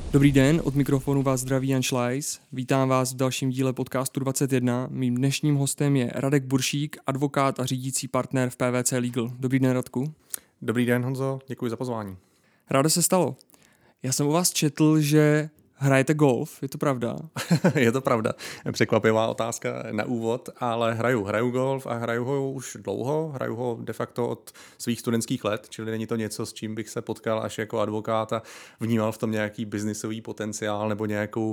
Dobrý den, od mikrofonu vás zdraví Jan Šlajs. Vítám vás v dalším díle podcastu 21. Mým dnešním hostem je Radek Buršík, advokát a řídící partner v PwC Legal. Dobrý den, Radku. Dobrý den, Honzo, děkuji za pozvání. Rádo se stalo. Já jsem u vás četl, že hrajete golf, je to pravda? Je to pravda. Překvapivá otázka na úvod, ale hraju golf a hraju ho už dlouho, hraju ho de facto od svých studentských let, čili není to něco, s čím bych se potkal až jako advokát a vnímal v tom nějaký biznisový potenciál nebo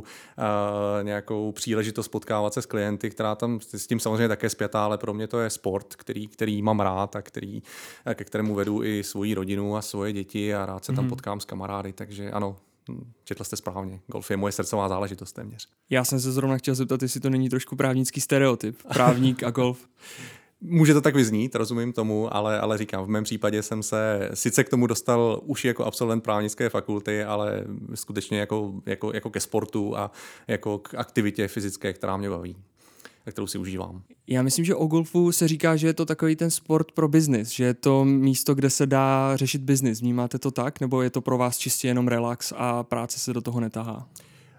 nějakou příležitost potkávat se s klienty, která tam s tím samozřejmě také spjatá, ale pro mě to je sport, který mám rád a ke kterému vedu i svoji rodinu a svoje děti a rád se tam potkám s kamarády, takže ano. Četl jste správně. Golf je moje srdcová záležitost téměř. Já jsem se zrovna chtěl zeptat, jestli to není trošku právnický stereotyp. Právník a golf. Může to tak vyznít, rozumím tomu, ale říkám, v mém případě jsem se sice k tomu dostal už jako absolvent právnické fakulty, ale skutečně jako ke sportu a jako k aktivitě fyzické, která mě baví, a kterou si užívám. Já myslím, že o golfu se říká, že je to takový ten sport pro biznis, že je to místo, kde se dá řešit biznis. Vnímáte to tak, nebo je to pro vás čistě jenom relax a práce se do toho netahá?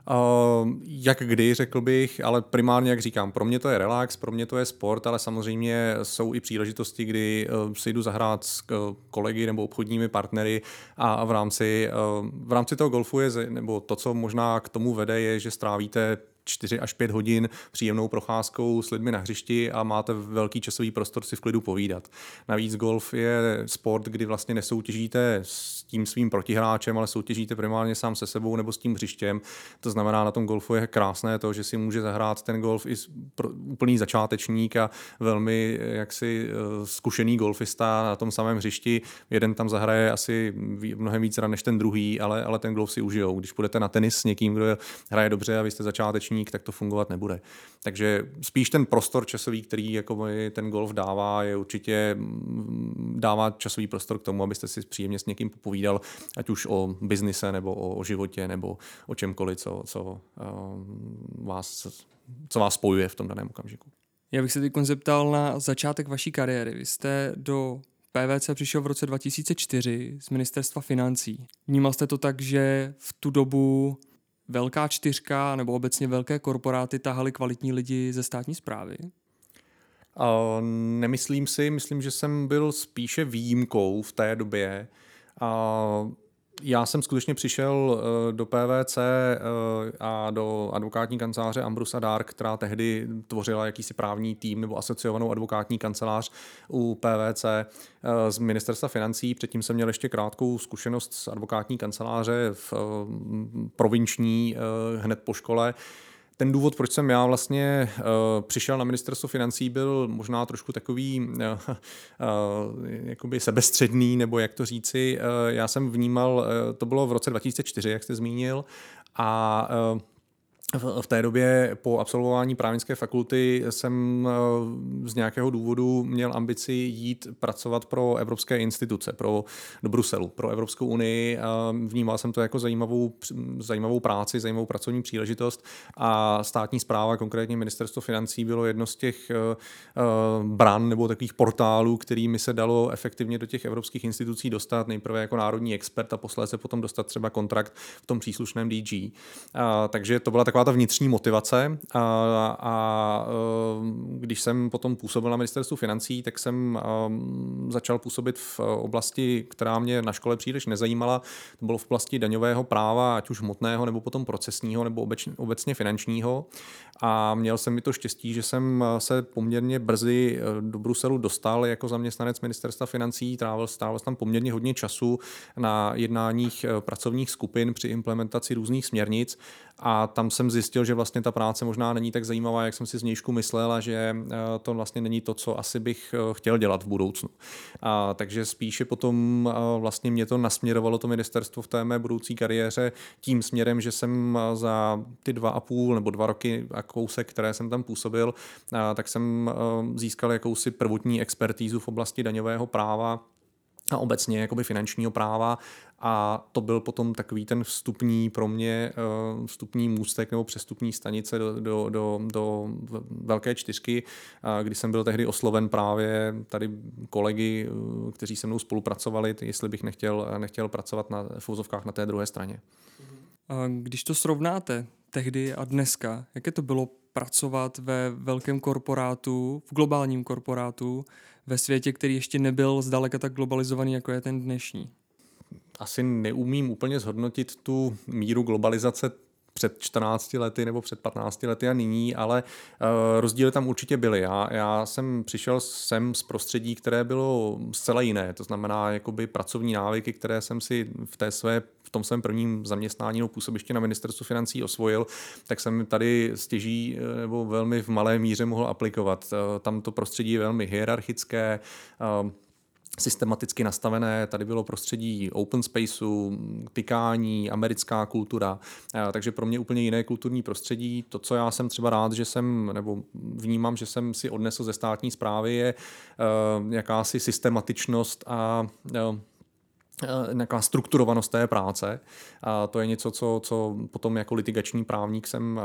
Jak kdy, řekl bych, ale primárně, jak říkám, pro mě to je relax, pro mě to je sport, ale samozřejmě jsou i příležitosti, kdy si jdu zahrát s kolegy nebo obchodními partnery a v rámci toho golfu nebo to, co možná k tomu vede, je, že strávíte 4 až 5 hodin příjemnou procházkou s lidmi na hřišti a máte velký časový prostor si v klidu povídat. Navíc golf je sport, kdy vlastně nesoutěžíte s tím svým protihráčem, ale soutěžíte primárně sám se sebou nebo s tím hřištěm. To znamená, na tom golfu je krásné to, že si může zahrát ten golf i úplný začátečník a velmi zkušený golfista na tom samém hřišti. Jeden tam zahraje asi mnohem víc než ten druhý, ale ten golf si užijou. Když půjdete na tenis s někým, kdo hraje dobře a vy jste začátečník, tak to fungovat nebude. Takže spíš ten prostor časový, který jako ten golf dává, je určitě dává časový prostor k tomu, abyste si příjemně s někým popovídal, ať už o biznise nebo o životě nebo o čemkoliv, co vás spojuje v tom daném okamžiku. Já bych se teď zeptal na začátek vaší kariéry. Vy jste do PwC přišel v roce 2004 z Ministerstva financí. Vnímal jste to tak, že v tu dobu velká čtyřka nebo obecně velké korporáty tahaly kvalitní lidi ze státní správy? Nemyslím si, myslím, že jsem byl spíše výjimkou v té době. Já jsem skutečně přišel do PwC a do advokátní kanceláře Ambrus & Dark, která tehdy tvořila jakýsi právní tým nebo asociovanou advokátní kancelář u PwC z Ministerstva financí. Předtím jsem měl ještě krátkou zkušenost z advokátní kanceláře v provinční hned po škole. Ten důvod, proč jsem já vlastně přišel na Ministerstvo financí, byl možná trošku takový jakoby sebestředný, nebo jak to říci. Já jsem vnímal, to bylo v roce 2004, jak jste zmínil, a v té době po absolvování právnické fakulty jsem z nějakého důvodu měl ambici jít pracovat pro evropské instituce, do Bruselu, pro Evropskou unii. Vnímal jsem to jako zajímavou práci, zajímavou pracovní příležitost a státní správa, konkrétně Ministerstvo financí, bylo jedno z těch bran nebo takových portálů, kterými se dalo efektivně do těch evropských institucí dostat, nejprve jako národní expert a posléze potom dostat třeba kontrakt v tom příslušném DG. Takže to byla taková ta vnitřní motivace a když jsem potom působil na Ministerstvu financí, tak jsem začal působit v oblasti, která mě na škole příliš nezajímala. To bylo v oblasti daňového práva, ať už hmotného, nebo potom procesního, nebo obecně finančního. A měl jsem mi to štěstí, že jsem se poměrně brzy do Bruselu dostal jako zaměstnanec Ministerstva financí, trávil tam poměrně hodně času na jednáních pracovních skupin při implementaci různých směrnic a tam jsem zjistil, že vlastně ta práce možná není tak zajímavá, jak jsem si zvnějšku myslel a že to vlastně není to, co asi bych chtěl dělat v budoucnu. Takže spíše potom vlastně mě to nasměrovalo to ministerstvo v té mé budoucí kariéře tím směrem, že jsem za ty 2,5 nebo 2 roky a kousek, které jsem tam působil, tak jsem získal jakousi prvotní expertízu v oblasti daňového práva a obecně jakoby finančního práva a to byl potom takový ten vstupní pro mě vstupní můstek nebo přestupní stanice do velké čtyřky, kdy jsem byl tehdy osloven právě tady kolegy, kteří se mnou spolupracovali, jestli bych nechtěl pracovat v uvozovkách na té druhé straně. A když to srovnáte tehdy a dneska, jaké to bylo pracovat ve velkém korporátu, v globálním korporátu, ve světě, který ještě nebyl zdaleka tak globalizovaný, jako je ten dnešní? Asi neumím úplně zhodnotit tu míru globalizace před 14 lety nebo před 15 lety a nyní, ale rozdíly tam určitě byly. Já jsem přišel sem z prostředí, které bylo zcela jiné, to znamená jakoby pracovní návyky, které jsem si v tom svém prvním zaměstnání nebo působiště na ministerstvu financí osvojil, tak jsem tady stěží nebo velmi v malé míře mohl aplikovat. Tam to prostředí je velmi hierarchické, systematicky nastavené, tady bylo prostředí open spaceu, tykání, americká kultura, takže pro mě úplně jiné kulturní prostředí. To, co já jsem třeba rád, že jsem, nebo vnímám, že jsem si odnesl ze státní správy, je jakási systematičnost a nějaká strukturovanost té práce. A to je něco, co potom jako litigační právník jsem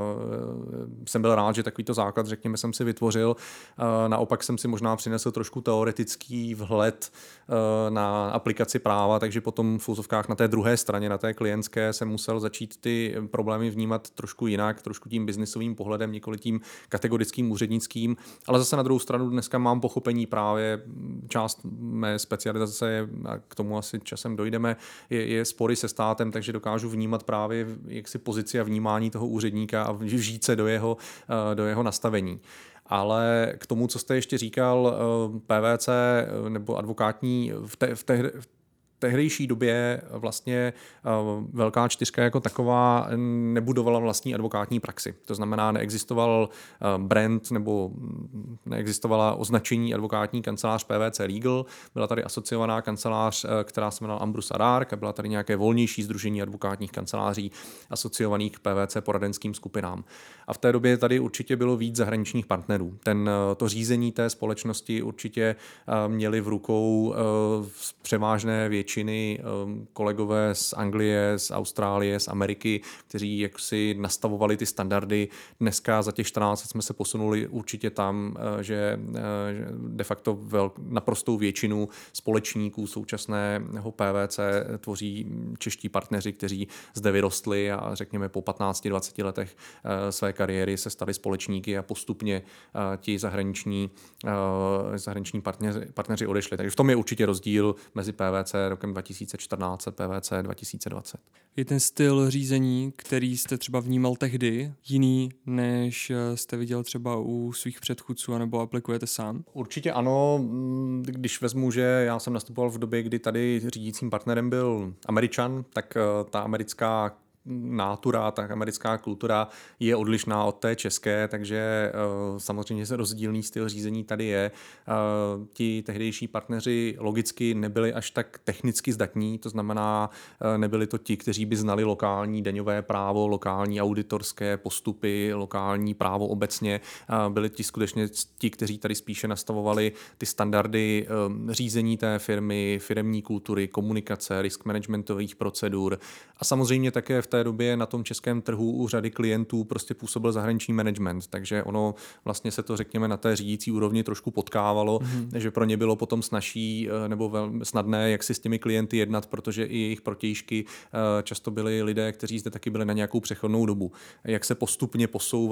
byl rád, že takovýto základ, řekněme, jsem si vytvořil. Naopak jsem si možná přinesl trošku teoretický vhled na aplikaci práva, takže potom v úzovkách na té druhé straně, na té klientské, jsem musel začít ty problémy vnímat trošku jinak, trošku tím biznisovým pohledem, nikoli tím kategorickým úřednickým, ale zase na druhou stranu dneska mám pochopení právě, část mé specializace je, a k tomu asi časem dojdeme, je spory se státem, takže dokážu vnímat právě jaksi pozici a vnímání toho úředníka a vžít se do jeho nastavení. Ale k tomu, co jste ještě říkal, PVC nebo advokátní v tehdejší době vlastně Velká čtyřka jako taková nebudovala vlastní advokátní praxi. To znamená, neexistoval brand nebo neexistovala označení advokátní kancelář PVC Legal. Byla tady asociovaná kancelář, která se jmenovala Ambrus a Dark, a byla tady nějaké volnější sdružení advokátních kanceláří asociovaných k PVC poradenským skupinám. A v té době tady určitě bylo víc zahraničních partnerů. To řízení té společnosti určitě měli v rukou z převážné většiny kolegové z Anglie, z Austrálie, z Ameriky, kteří jaksi nastavovali ty standardy. Dneska za těch 14 let jsme se posunuli určitě tam, že de facto naprostou většinu společníků současného PVC tvoří čeští partneři, kteří zde vyrostli a řekněme po 15-20 letech své kariéry se stali společníky a postupně ti zahraniční partneři odešli. Takže v tom je určitě rozdíl mezi PVC rokem 2014 a PVC 2020. Je ten styl řízení, který jste třeba vnímal tehdy, jiný, než jste viděl třeba u svých předchůdců, anebo aplikujete sám? Určitě ano, když vezmu, že já jsem nastupoval v době, kdy tady řídícím partnerem byl Američan, tak ta americká nátura, ta americká kultura je odlišná od té české, takže samozřejmě rozdílný styl řízení tady je. Ti tehdejší partneři logicky nebyli až tak technicky zdatní, to znamená, nebyli to ti, kteří by znali lokální daňové právo, lokální auditorské postupy, lokální právo obecně. Byli ti skutečně ti, kteří tady spíše nastavovali ty standardy řízení té firmy, firemní kultury, komunikace, risk managementových procedur a samozřejmě také v té době na tom českém trhu u řady klientů prostě působil zahraniční management, takže ono vlastně se to řekněme na té řídící úrovni trošku potkávalo, že pro ně bylo potom snazší nebo velmi snadné, jak si s těmi klienty jednat, protože i jejich protějšky často byli lidé, kteří zde taky byli na nějakou přechodnou dobu. Jak se postupně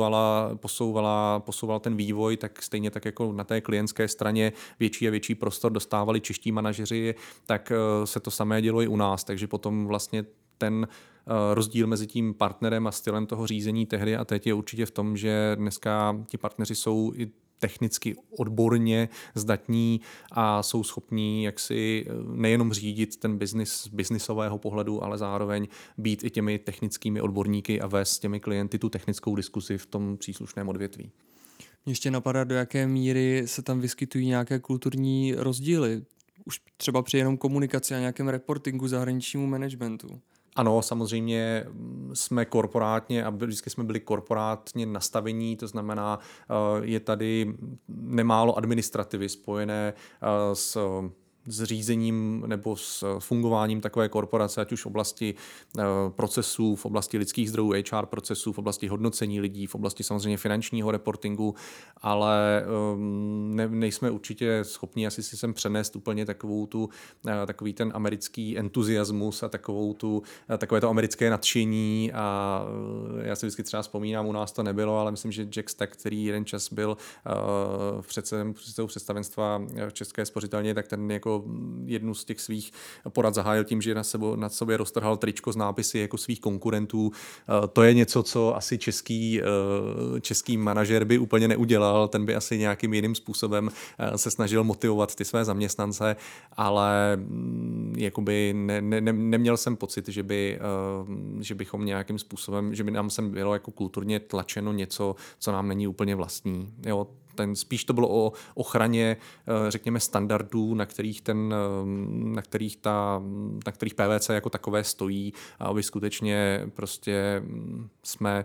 posouval ten vývoj, tak stejně tak jako na té klientské straně větší a větší prostor dostávali čeští manažeři, tak se to samé dělo i u nás, takže potom vlastně ten rozdíl mezi tím partnerem a stylem toho řízení tehdy a teď je určitě v tom, že dneska ti partneři jsou i technicky odborně zdatní a jsou schopní jaksi nejenom řídit ten biznis z biznisového pohledu, ale zároveň být i těmi technickými odborníky a vést s těmi klienty tu technickou diskusi v tom příslušném odvětví. Mě ještě napadá, do jaké míry se tam vyskytují nějaké kulturní rozdíly. Už třeba při jenom komunikaci a nějakém reportingu zahraničnímu managementu. Ano, samozřejmě jsme korporátně a vždycky jsme byli korporátně nastavení, to znamená, je tady nemálo administrativy spojené s s řízením nebo s fungováním takové korporace, ať už v oblasti procesů, v oblasti lidských zdrojů, HR procesů, v oblasti hodnocení lidí, v oblasti samozřejmě finančního reportingu, ale nejsme určitě schopni asi si sem přenést úplně takový ten americký entuziasmus a takové to americké nadšení a já si vždycky třeba vzpomínám, u nás to nebylo, ale myslím, že Jack Stack, který jeden čas byl předsedou představenstva v České spořitelně, tak ten jako jednu z těch svých porad zahájil tím, že na sobě roztrhal tričko z nápisy jako svých konkurentů. To je něco, co asi český manažer by úplně neudělal, ten by asi nějakým jiným způsobem se snažil motivovat ty své zaměstnance, ale jakoby neměl jsem pocit, že bychom nějakým způsobem, že by nám sem bylo jako kulturně tlačeno něco, co nám není úplně vlastní. Jo, spíš to bylo o ochraně, řekněme, standardů, na kterých PVC jako takové stojí, a aby skutečně prostě jsme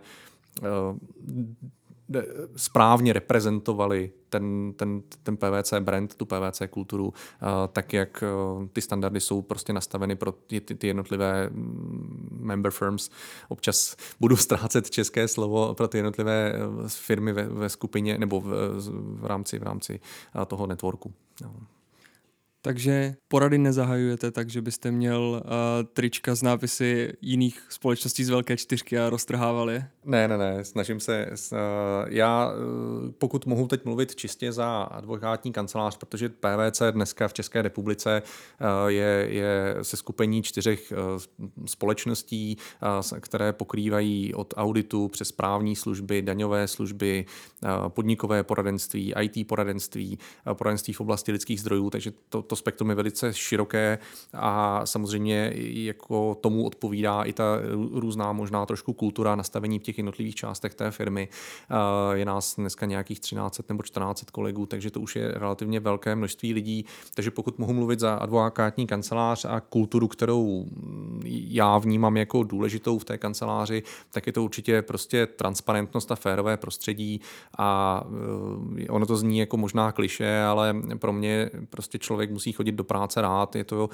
správně reprezentovali ten PVC brand, tu PVC kulturu, tak jak ty standardy jsou prostě nastaveny pro ty jednotlivé member firms. Občas budu ztrácet české slovo pro ty jednotlivé firmy ve skupině nebo v rámci toho networku. No. Takže porady nezahajujete tak, že byste měl trička z nápisy jiných společností z velké čtyřky a roztrhával je? Ne, snažím se. Já pokud mohu teď mluvit čistě za advokátní kancelář, protože PVC dneska v České republice je se skupení 4 společností, které pokrývají od auditu přes právní služby, daňové služby, podnikové poradenství, IT poradenství, poradenství v oblasti lidských zdrojů, takže to spektrum je velice široké a samozřejmě jako tomu odpovídá i ta různá možná trošku kultura nastavení v těch jednotlivých částech té firmy. Je nás dneska nějakých 13 nebo 14 kolegů, takže to už je relativně velké množství lidí. Takže pokud mohu mluvit za advokátní kancelář a kulturu, kterou já vnímám jako důležitou v té kanceláři, tak je to určitě prostě transparentnost a férové prostředí a ono to zní jako možná klišé, ale pro mě prostě člověk musí chodit do práce rád,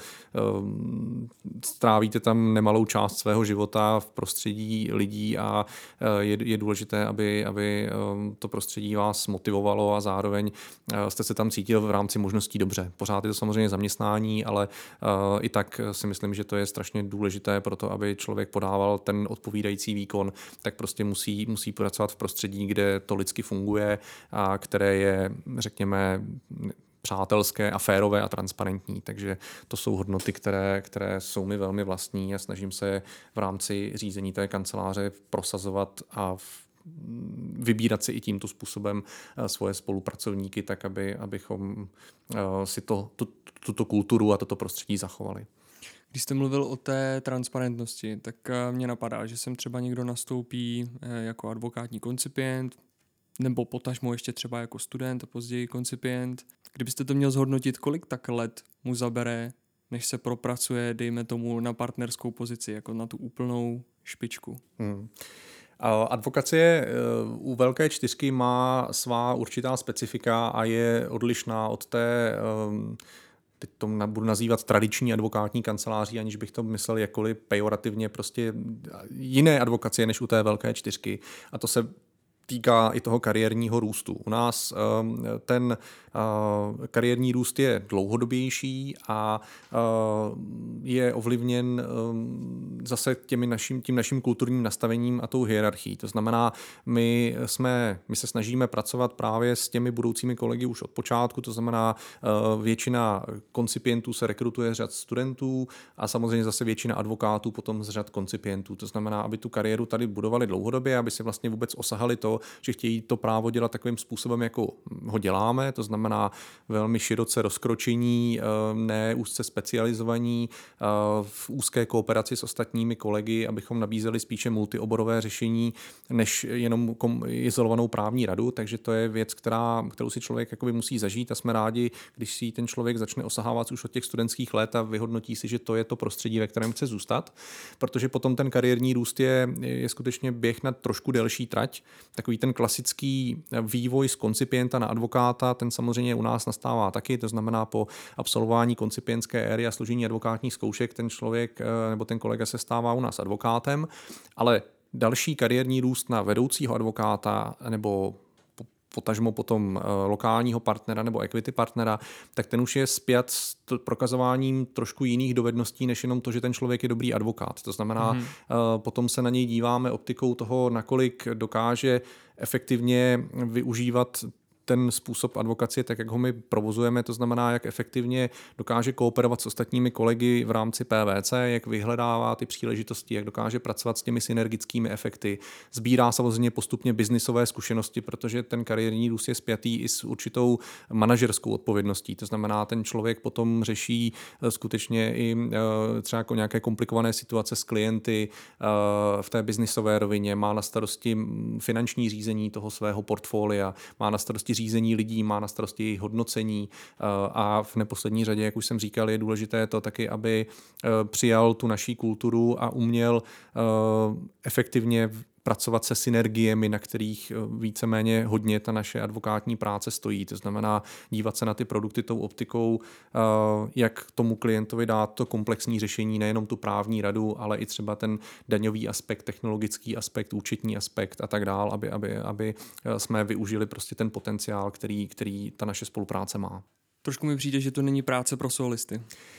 strávíte tam nemalou část svého života v prostředí lidí a je důležité, aby to prostředí vás motivovalo a zároveň jste se tam cítil v rámci možností dobře. Pořád je to samozřejmě zaměstnání, ale i tak si myslím, že to je strašně důležité pro to, aby člověk podával ten odpovídající výkon, tak prostě musí pracovat v prostředí, kde to lidsky funguje a které je, řekněme, přátelské a férové a transparentní. Takže to jsou hodnoty, které jsou mi velmi vlastní a snažím se v rámci řízení té kanceláře prosazovat a vybírat si i tímto způsobem svoje spolupracovníky, tak abychom si tuto kulturu a toto prostředí zachovali. Když jste mluvil o té transparentnosti, tak mě napadá, že sem třeba někdo nastoupí jako advokátní koncipient, nebo potažmo ještě třeba jako student a později koncipient. Kdybyste to měl zhodnotit, kolik tak let mu zabere, než se propracuje, dejme tomu, na partnerskou pozici, jako na tu úplnou špičku? Advokacie u velké čtyřky má svá určitá specifika a je odlišná od té, teď to budu nazývat tradiční advokátní kanceláří, aniž bych to myslel jakkoliv pejorativně, prostě jiné advokacie než u té velké čtyřky. A to se týká i toho kariérního růstu. U nás ten kariérní růst je dlouhodobější a je ovlivněn zase tím naším kulturním nastavením a tou hierarchií. To znamená, my se snažíme pracovat právě s těmi budoucími kolegy už od počátku, to znamená, většina koncipientů se rekrutuje z řad studentů a samozřejmě zase většina advokátů potom z řad koncipientů. To znamená, aby tu kariéru tady budovali dlouhodobě, aby si vlastně vůbec osahali to, že chtějí to právo dělat takovým způsobem, jako ho děláme, to znamená velmi široce rozkročení, ne úzce specializovaní, v úzké kooperaci s ostatními kolegy, abychom nabízeli spíše multioborové řešení, než jenom izolovanou právní radu, takže to je věc, kterou si člověk jakoby musí zažít a jsme rádi, když si ten člověk začne osahávat už od těch studentských let a vyhodnotí si, že to je to prostředí, ve kterém chce zůstat, protože potom ten kariérní růst je skutečně běh na trošku delší trať, takový ten klasický vývoj z koncipienta na advokáta, ten samozřejmě u nás nastává taky, to znamená po absolvování koncipientské éry a složení advokátních zkoušek ten člověk nebo ten kolega se stává u nás advokátem, ale další kariérní růst na vedoucího advokáta nebo potažmo potom lokálního partnera nebo equity partnera, tak ten už je spjat s prokazováním trošku jiných dovedností, než jenom to, že ten člověk je dobrý advokát. To znamená, potom se na něj díváme optikou toho, nakolik dokáže efektivně využívat ten způsob advokacie, tak jak ho my provozujeme, to znamená, jak efektivně dokáže kooperovat s ostatními kolegy v rámci PVC, jak vyhledává ty příležitosti, jak dokáže pracovat s těmi synergickými efekty. Sbírá samozřejmě postupně biznisové zkušenosti, protože ten kariérní růst je spjatý i s určitou manažerskou odpovědností. To znamená, ten člověk potom řeší skutečně i třeba jako nějaké komplikované situace s klienty v té biznisové rovině, má na starosti finanční řízení toho svého portfolia, má na starosti řízení lidí, má na starosti jejich hodnocení a v neposlední řadě, jak už jsem říkal, je důležité to taky, aby přijal tu naší kulturu a uměl efektivně pracovat se synergiemi, na kterých víceméně hodně ta naše advokátní práce stojí. To znamená dívat se na ty produkty tou optikou, jak tomu klientovi dát to komplexní řešení, nejenom tu právní radu, ale i třeba ten daňový aspekt, technologický aspekt, účetní aspekt a tak dál, aby jsme využili prostě ten potenciál, který ta naše spolupráce má. Trošku mi přijde, že to není práce pro solisty.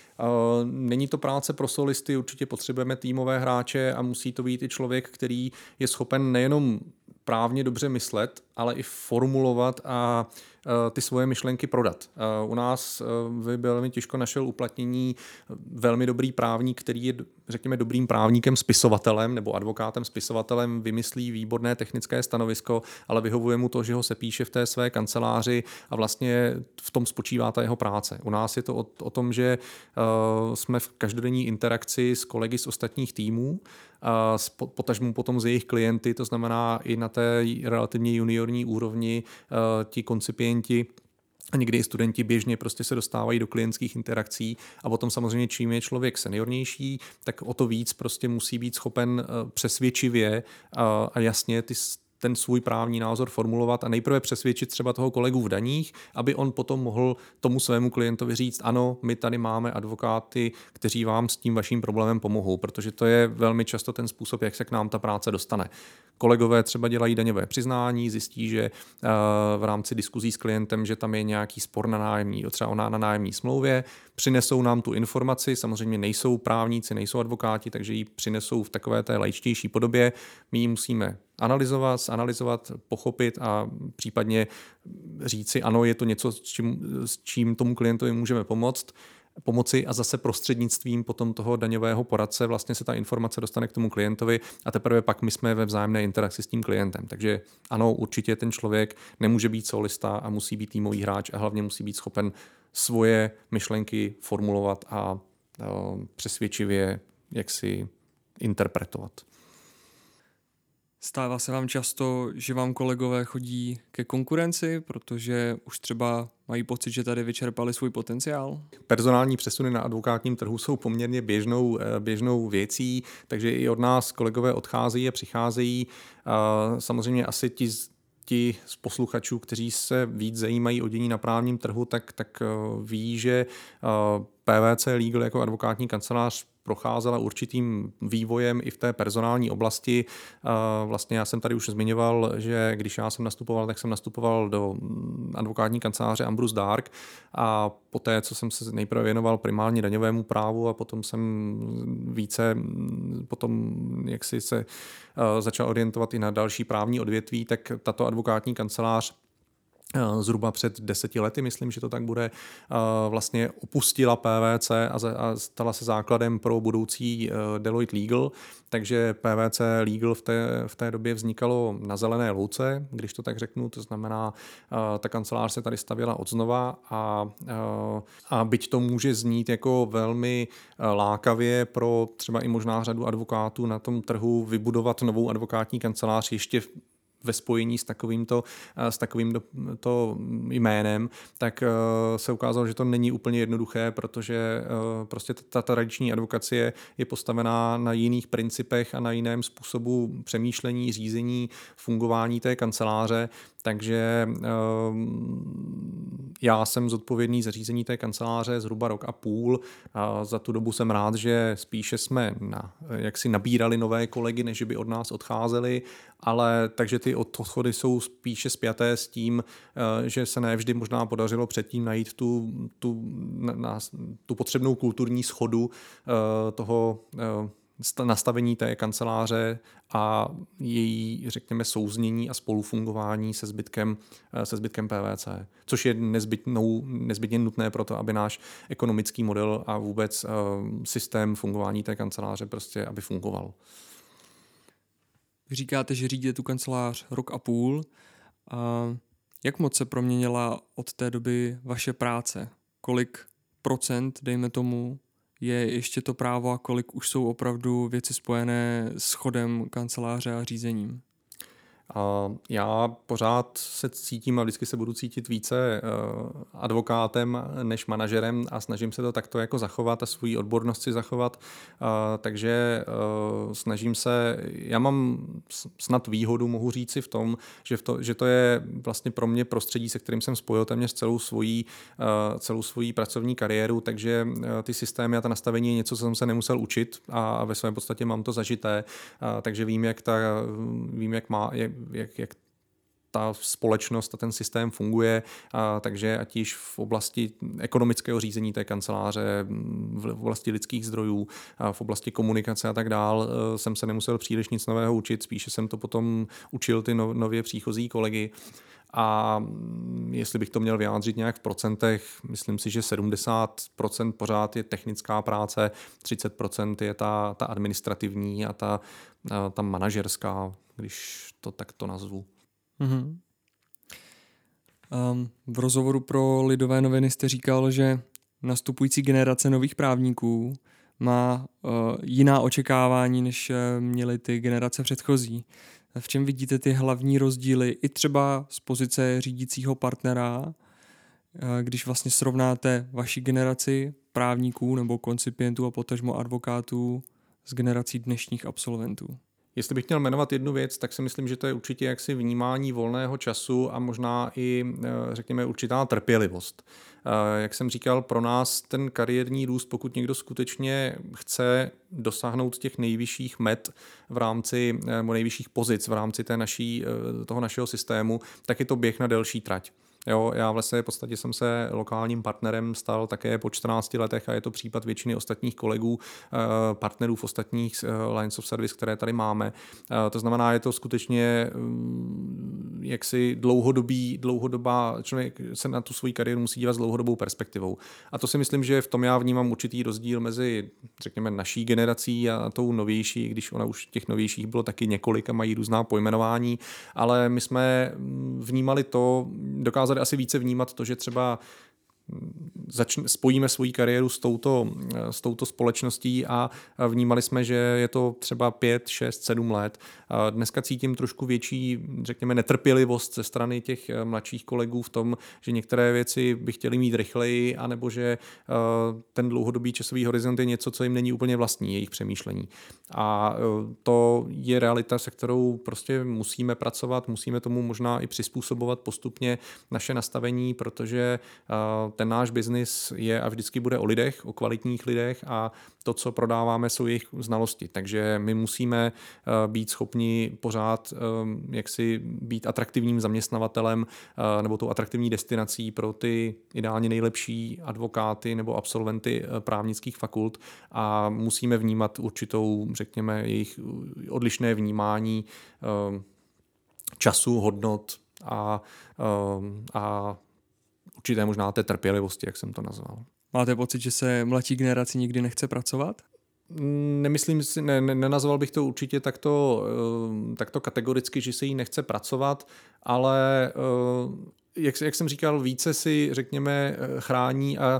Není to práce pro solisty, určitě potřebujeme týmové hráče a musí to být i člověk, který je schopen nejenom právně dobře myslet, ale i formulovat a ty svoje myšlenky prodat. U nás by velmi těžko našel uplatnění velmi dobrý právník, který je, řekněme, dobrým právníkem, spisovatelem nebo advokátem, spisovatelem, vymyslí výborné technické stanovisko, ale vyhovuje mu to, že ho sepíše v té své kanceláři a vlastně v tom spočívá ta jeho práce. U nás je to o tom, že jsme v každodenní interakci s kolegy z ostatních týmů, potažmu potom z jejich klienty, to znamená i na té relativně juniorní úrovni ti koncipienti a někdy i studenti běžně prostě se dostávají do klientských interakcí a potom samozřejmě čím je člověk seniornější, tak o to víc prostě musí být schopen přesvědčivě a jasně ten svůj právní názor formulovat a nejprve přesvědčit třeba toho kolegu v daních, aby on potom mohl tomu svému klientovi říct, ano, my tady máme advokáty, kteří vám s tím vaším problémem pomohou, protože to je velmi často ten způsob, jak se k nám ta práce dostane. Kolegové třeba dělají daňové přiznání, zjistí, že v rámci diskuzí s klientem, že tam je nějaký spor na nájemní, třeba na nájemní smlouvě, přinesou nám tu informaci, samozřejmě nejsou právníci, nejsou advokáti, takže ji přinesou v takové té laičtější podobě. My ji musíme analyzovat, pochopit a případně říci, ano, je to něco, s čím tomu klientovi můžeme pomoci a zase prostřednictvím potom toho daňového poradce vlastně se ta informace dostane k tomu klientovi a teprve pak my jsme ve vzájemné interakci s tím klientem. Takže ano, určitě ten člověk nemůže být solista a musí být týmový hráč a hlavně musí být schopen svoje myšlenky formulovat a přesvědčivě jaksi interpretovat. Stává se vám často, že vám kolegové chodí ke konkurenci, protože už třeba mají pocit, že tady vyčerpali svůj potenciál? Personální přesuny na advokátním trhu jsou poměrně běžnou věcí, takže i od nás kolegové odcházejí a přicházejí. Samozřejmě asi ti z posluchačů, kteří se víc zajímají o dění na právním trhu, tak ví, že PVC Legal jako advokátní kancelář procházela určitým vývojem i v té personální oblasti. Vlastně já jsem tady už zmiňoval, že když já jsem nastupoval, tak jsem nastupoval do advokátní kanceláře Ambrus Dark a poté, co jsem se nejprve věnoval primárně daňovému právu a potom jsem jaksi se začal orientovat i na další právní odvětví, tak tato advokátní kancelář zhruba před 10 lety, myslím, že to tak bude, vlastně opustila PVC a stala se základem pro budoucí Deloitte Legal, takže PVC Legal v té době vznikalo na zelené louce, když to tak řeknu, to znamená, ta kancelář se tady stavěla odznova a byť to může znít jako velmi lákavě pro třeba i možná řadu advokátů na tom trhu vybudovat novou advokátní kancelář ještě ve spojení s takovýmto jménem, tak se ukázalo, že to není úplně jednoduché, protože prostě ta tradiční advokacie je postavená na jiných principech a na jiném způsobu přemýšlení, řízení, fungování té kanceláře, takže já jsem zodpovědný za řízení té kanceláře zhruba rok a půl. A za tu dobu jsem rád, že spíše jsme jaksi nabírali nové kolegy, než by od nás odcházeli, ale takže ty odchody jsou spíše spjaté s tím, že se ne vždy možná podařilo předtím najít tu potřebnou kulturní shodu toho nastavení té kanceláře a její, řekněme, souznění a spolufungování se zbytkem PVC, což je nezbytně nutné pro to, aby náš ekonomický model a vůbec systém fungování té kanceláře prostě, aby fungoval. Vy říkáte, že řídíte tu kancelář rok a půl. A jak moc se proměnila od té doby vaše práce? Kolik procent, dejme tomu, je ještě to právo a kolik už jsou opravdu věci spojené s chodem kanceláře a řízením? Já pořád se cítím a vždycky se budu cítit více advokátem než manažerem a snažím se to takto jako zachovat a svou odbornost si zachovat. Takže snažím se, já mám snad výhodu, mohu říci v tom, že to je vlastně pro mě prostředí, se kterým jsem spojil téměř celou svoji pracovní kariéru, takže ty systémy a ta nastavení je něco, co jsem se nemusel učit a ve svém podstatě mám to zažité, takže vím, jak ta společnost a ten systém funguje, takže ať již v oblasti ekonomického řízení té kanceláře, v oblasti lidských zdrojů, v oblasti komunikace a tak dál, jsem se nemusel příliš nic nového učit, spíše jsem to potom učil ty nově příchozí kolegy. A jestli bych to měl vyjádřit nějak v procentech, myslím si, že 70% pořád je technická práce, 30% je ta administrativní a ta manažerská, když to takto nazvu. Mm-hmm. V rozhovoru pro Lidové noviny jste říkal, že nastupující generace nových právníků má jiná očekávání, než měly ty generace předchozí. V čem vidíte ty hlavní rozdíly i třeba z pozice řídícího partnera, když vlastně srovnáte vaši generaci právníků nebo koncipientů a potažmo advokátů s generací dnešních absolventů? Jestli bych měl jmenovat jednu věc, tak si myslím, že to je určitě jaksi vnímání volného času a možná i, řekněme, určitá trpělivost. Jak jsem říkal, pro nás ten kariérní růst, pokud někdo skutečně chce dosáhnout těch nejvyšších met v rámci, nebo nejvyšších pozic v rámci toho našeho systému, tak je to běh na delší trať. Jo, já vlastně v podstatě jsem se lokálním partnerem stal také po 14 letech a je to případ většiny ostatních kolegů, partnerů v ostatních lines of service, které tady máme. To znamená, je to skutečně jaksi dlouhodobá, člověk se na tu svoji kariéru musí dívat s dlouhodobou perspektivou. A to si myslím, že v tom já vnímám určitý rozdíl mezi, řekněme, naší generací a tou novější, když ona už těch novějších bylo taky několik a mají různá pojmenování, ale my jsme vnímali dokázali asi více vnímat to, že třeba spojíme svoji kariéru s touto společností a vnímali jsme, že je to třeba 5, 6, 7 let. Dneska cítím trošku větší, řekněme, netrpělivost ze strany těch mladších kolegů v tom, že některé věci by chtěli mít rychleji, anebo že ten dlouhodobý časový horizont je něco, co jim není úplně vlastní, jejich přemýšlení. A to je realita, se kterou prostě musíme pracovat, musíme tomu možná i přizpůsobovat postupně naše nastavení, protože ten náš biznis je a vždycky bude o lidech, o kvalitních lidech a to, co prodáváme, jsou jejich znalosti. Takže my musíme být schopni pořád jaksi být atraktivním zaměstnavatelem nebo tou atraktivní destinací pro ty ideálně nejlepší advokáty nebo absolventy právnických fakult a musíme vnímat určitou, řekněme, jejich odlišné vnímání času, hodnot a určité možná té trpělivosti, jak jsem to nazval. Máte pocit, že se mladší generaci nikdy nechce pracovat? Nemyslím si, nenazval bych to určitě takto kategoricky, že se jí nechce pracovat, ale jak jsem říkal, více si, řekněme, chrání a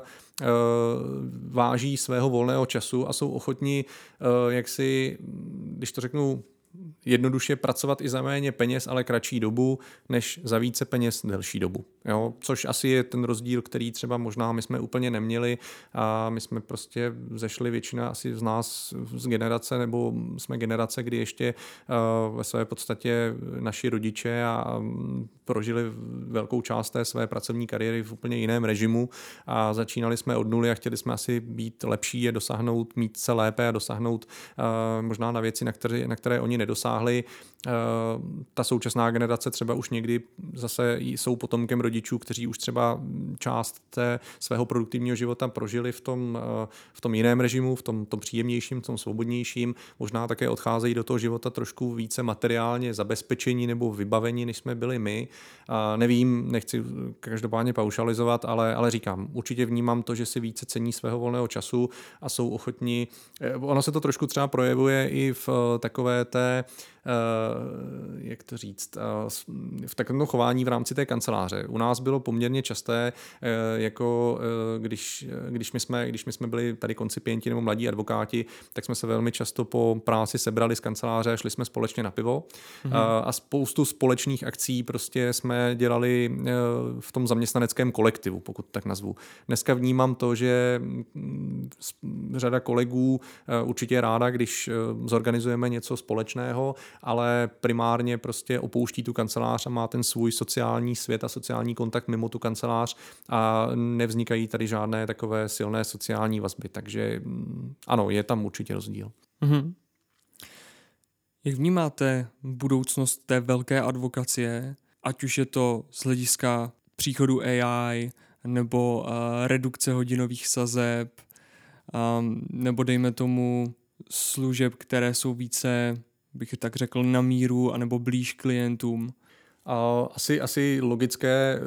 váží svého volného času a jsou ochotni, když to řeknu jednoduše pracovat i za méně peněz, ale kratší dobu, než za více peněz delší dobu. Jo? Což asi je ten rozdíl, který třeba možná my jsme úplně neměli a my jsme prostě zešli většina asi z nás z generace, nebo jsme generace, kdy ještě ve své podstatě naši rodiče a prožili velkou část té své pracovní kariéry v úplně jiném režimu a začínali jsme od nuly a chtěli jsme asi být lepší a dosáhnout, mít se lépe a dosáhnout možná na věci, na které oni nedosáhli. Ta současná generace třeba už někdy zase jsou potomkem rodičů, kteří už třeba část svého produktivního života prožili v tom jiném režimu, v tom příjemnějším, v tom svobodnějším. Možná také odcházejí do toho života trošku více materiálně zabezpečení nebo vybavení, než jsme byli my. Nevím, nechci každopádně paušalizovat, ale říkám, určitě vnímám to, že si více cení svého volného času a jsou ochotní. Ono se to trošku třeba projevuje i v takové té, jak to říct, v takovém chování v rámci té kanceláře. U nás bylo poměrně časté, jako když my jsme byli tady koncipienti nebo mladí advokáti, tak jsme se velmi často po práci sebrali z kanceláře a šli jsme společně na pivo. A spoustu společných akcí prostě jsme dělali v tom zaměstnaneckém kolektivu, pokud tak nazvu. Dneska vnímám to, že řada kolegů určitě je ráda, když zorganizujeme něco společného, ale primárně prostě opouští tu kancelář a má ten svůj sociální svět a sociální kontakt mimo tu kancelář a nevznikají tady žádné takové silné sociální vazby. Takže ano, je tam určitě rozdíl. Mm-hmm. Jak vnímáte budoucnost té velké advokacie, ať už je to z hlediska příchodu AI nebo redukce hodinových sazeb, nebo dejme tomu služeb, které jsou více, bych tak řekl, na míru anebo blíž klientům? Asi logické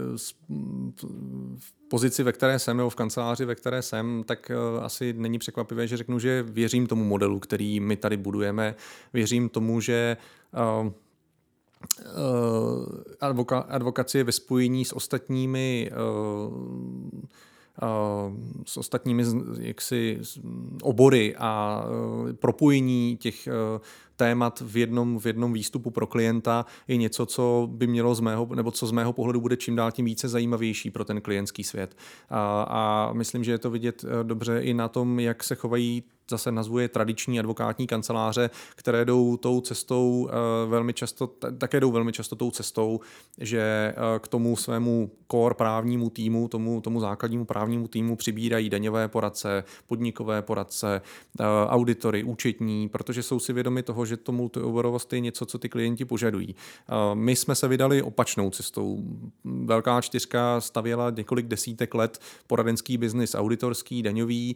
v pozici, ve které jsem, nebo v kanceláři, ve které jsem, tak asi není překvapivé, že řeknu, že věřím tomu modelu, který my tady budujeme. Věřím tomu, že advokacie ve spojení s ostatními jaksi obory a propojení těch témat v jednom výstupu pro klienta je něco, co by mělo co z mého pohledu bude čím dál tím více zajímavější pro ten klientský svět. A myslím, že je to vidět dobře i na tom, jak se chovají, zase nazvu je tradiční advokátní kanceláře, které jdou tou cestou také jdou velmi často tou cestou, že k tomu svému core právnímu týmu, tomu základnímu právnímu týmu přibírají daňové poradce, podnikové poradce, auditory, účetní, protože jsou si vědomi toho, že to multioborovost je něco, co ty klienti požadují. My jsme se vydali opačnou cestou. Velká čtyřka stavěla několik desítek let poradenský biznis auditorský, daňový,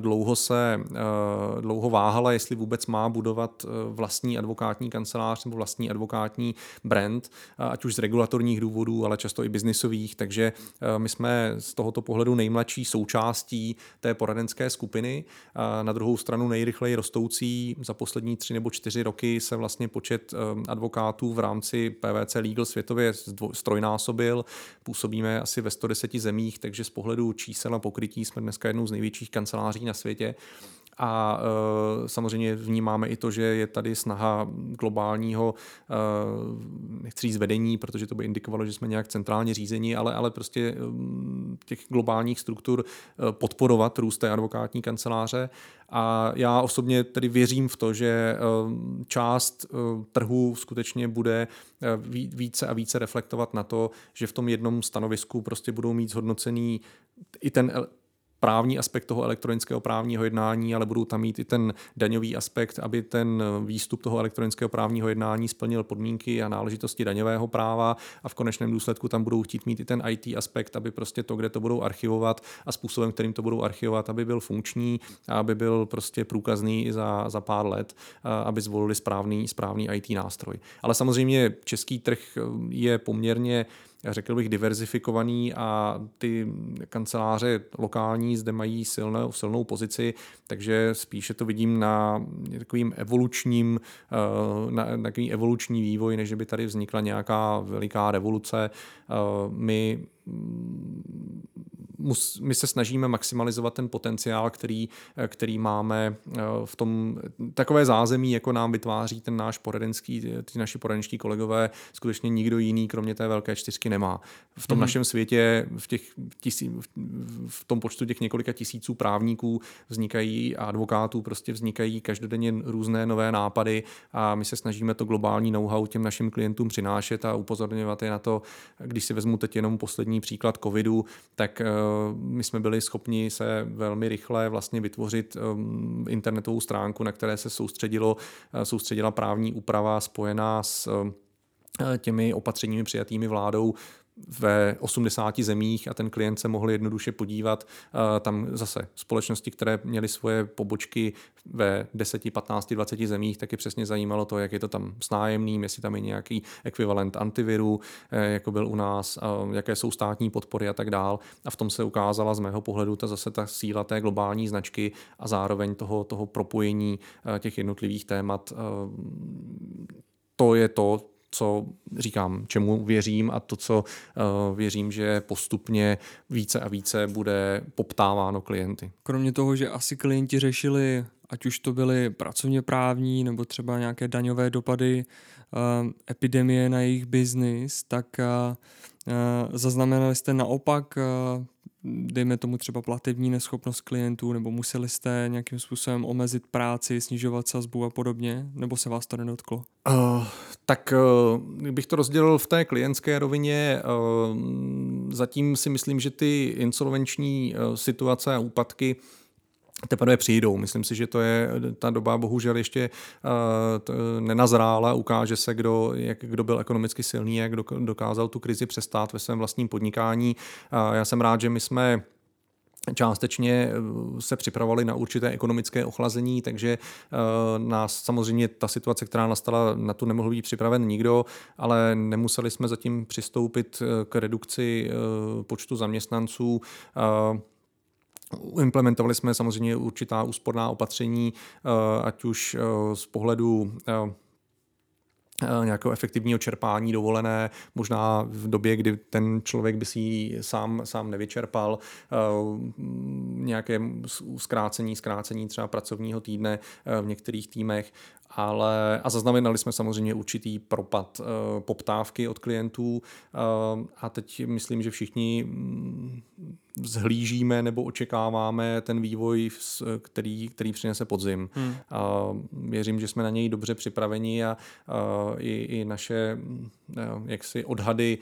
dlouho váhala, jestli vůbec má budovat vlastní advokátní kancelář nebo vlastní advokátní brand, ať už z regulatorních důvodů, ale často i biznisových, takže my jsme z tohoto pohledu nejmladší součástí té poradenské skupiny. Na druhou stranu nejrychleji rostoucí za poslední 3 nebo 4 roky se vlastně počet advokátů v rámci PwC Legal světově ztrojnásobil. Působíme asi ve 110 zemích, takže z pohledu čísel a pokrytí jsme dneska jednou z největších kanceláří na světě. A samozřejmě vnímáme i to, že je tady snaha globálního, nechci říct vedení, protože to by indikovalo, že jsme nějak centrálně řízení, ale prostě těch globálních struktur podporovat růst té advokátní kanceláře. A já osobně tedy věřím v to, že část trhu skutečně bude více a více reflektovat na to, že v tom jednom stanovisku prostě budou mít zhodnocený i ten právní aspekt toho elektronického právního jednání, ale budou tam mít i ten daňový aspekt, aby ten výstup toho elektronického právního jednání splnil podmínky a náležitosti daňového práva a v konečném důsledku tam budou chtít mít i ten IT aspekt, aby prostě to, kde to budou archivovat a způsobem, kterým to budou archivovat, aby byl funkční a aby byl prostě průkazný i za pár let, aby zvolili správný IT nástroj. Ale samozřejmě český trh je poměrně, řekl bych, diverzifikovaný a ty kanceláře lokální zde mají silnou pozici, takže spíše to vidím na takovým evoluční vývoj, než by tady vznikla nějaká veliká revoluce. My my se snažíme maximalizovat ten potenciál, který máme v tom takové zázemí, jako nám vytváří ten náš ty naši poradenští kolegové, skutečně nikdo jiný, kromě té velké čtyřky, nemá. V tom našem světě, v tom počtu těch několika tisíců právníků vznikají a advokátů prostě vznikají každodenně různé nové nápady a my se snažíme to globální know-how těm našim klientům přinášet a upozorňovat je na to. Když si vezmu teď jenom poslední příklad covidu, tak my jsme byli schopni se velmi rychle vlastně vytvořit internetovou stránku, na které se soustředila právní úprava spojená s těmi opatřeními přijatými vládou ve 80 zemích a ten klient se mohl jednoduše podívat. Tam zase společnosti, které měly svoje pobočky ve 10, 15, 20 zemích, taky přesně zajímalo to, jak je to tam s nájemným, jestli tam je nějaký ekvivalent antiviru, jako byl u nás, jaké jsou státní podpory a tak dál. A v tom se ukázala z mého pohledu ta síla té globální značky a zároveň toho propojení těch jednotlivých témat. To je to, co říkám, čemu věřím a to, co věřím, že postupně více a více bude poptáváno klienty. Kromě toho, že asi klienti řešili, ať už to byly pracovně právní nebo třeba nějaké daňové dopady epidemie na jejich biznis, tak zaznamenali jste naopak, dejme tomu třeba platební neschopnost klientů, nebo museli jste nějakým způsobem omezit práci, snižovat sazbu a podobně, nebo se vás to nedotklo? Tak bych to rozdělil v té klientské rovině. Zatím si myslím, že ty insolvenční situace a úpadky teprve přijdou. Myslím si, že ta doba bohužel ještě nenazrála. Ukáže se, kdo byl ekonomicky silný, jak dokázal tu krizi přestát ve svém vlastním podnikání. Já jsem rád, že my jsme částečně se připravovali na určité ekonomické ochlazení, takže nás samozřejmě ta situace, která nastala, na tu nemohl být připraven nikdo, ale nemuseli jsme zatím přistoupit k redukci počtu zaměstnanců. Implementovali jsme samozřejmě určitá úsporná opatření, ať už z pohledu nějakého efektivního čerpání dovolené, možná v době, kdy ten člověk by si ji sám nevyčerpal, nějaké zkrácení třeba pracovního týdne v některých týmech, a zaznamenali jsme samozřejmě určitý propad poptávky od klientů a teď myslím, že všichni zhlížíme nebo očekáváme ten vývoj, který přinese podzim. Věřím, že jsme na něj dobře připraveni a i naše jaksi odhady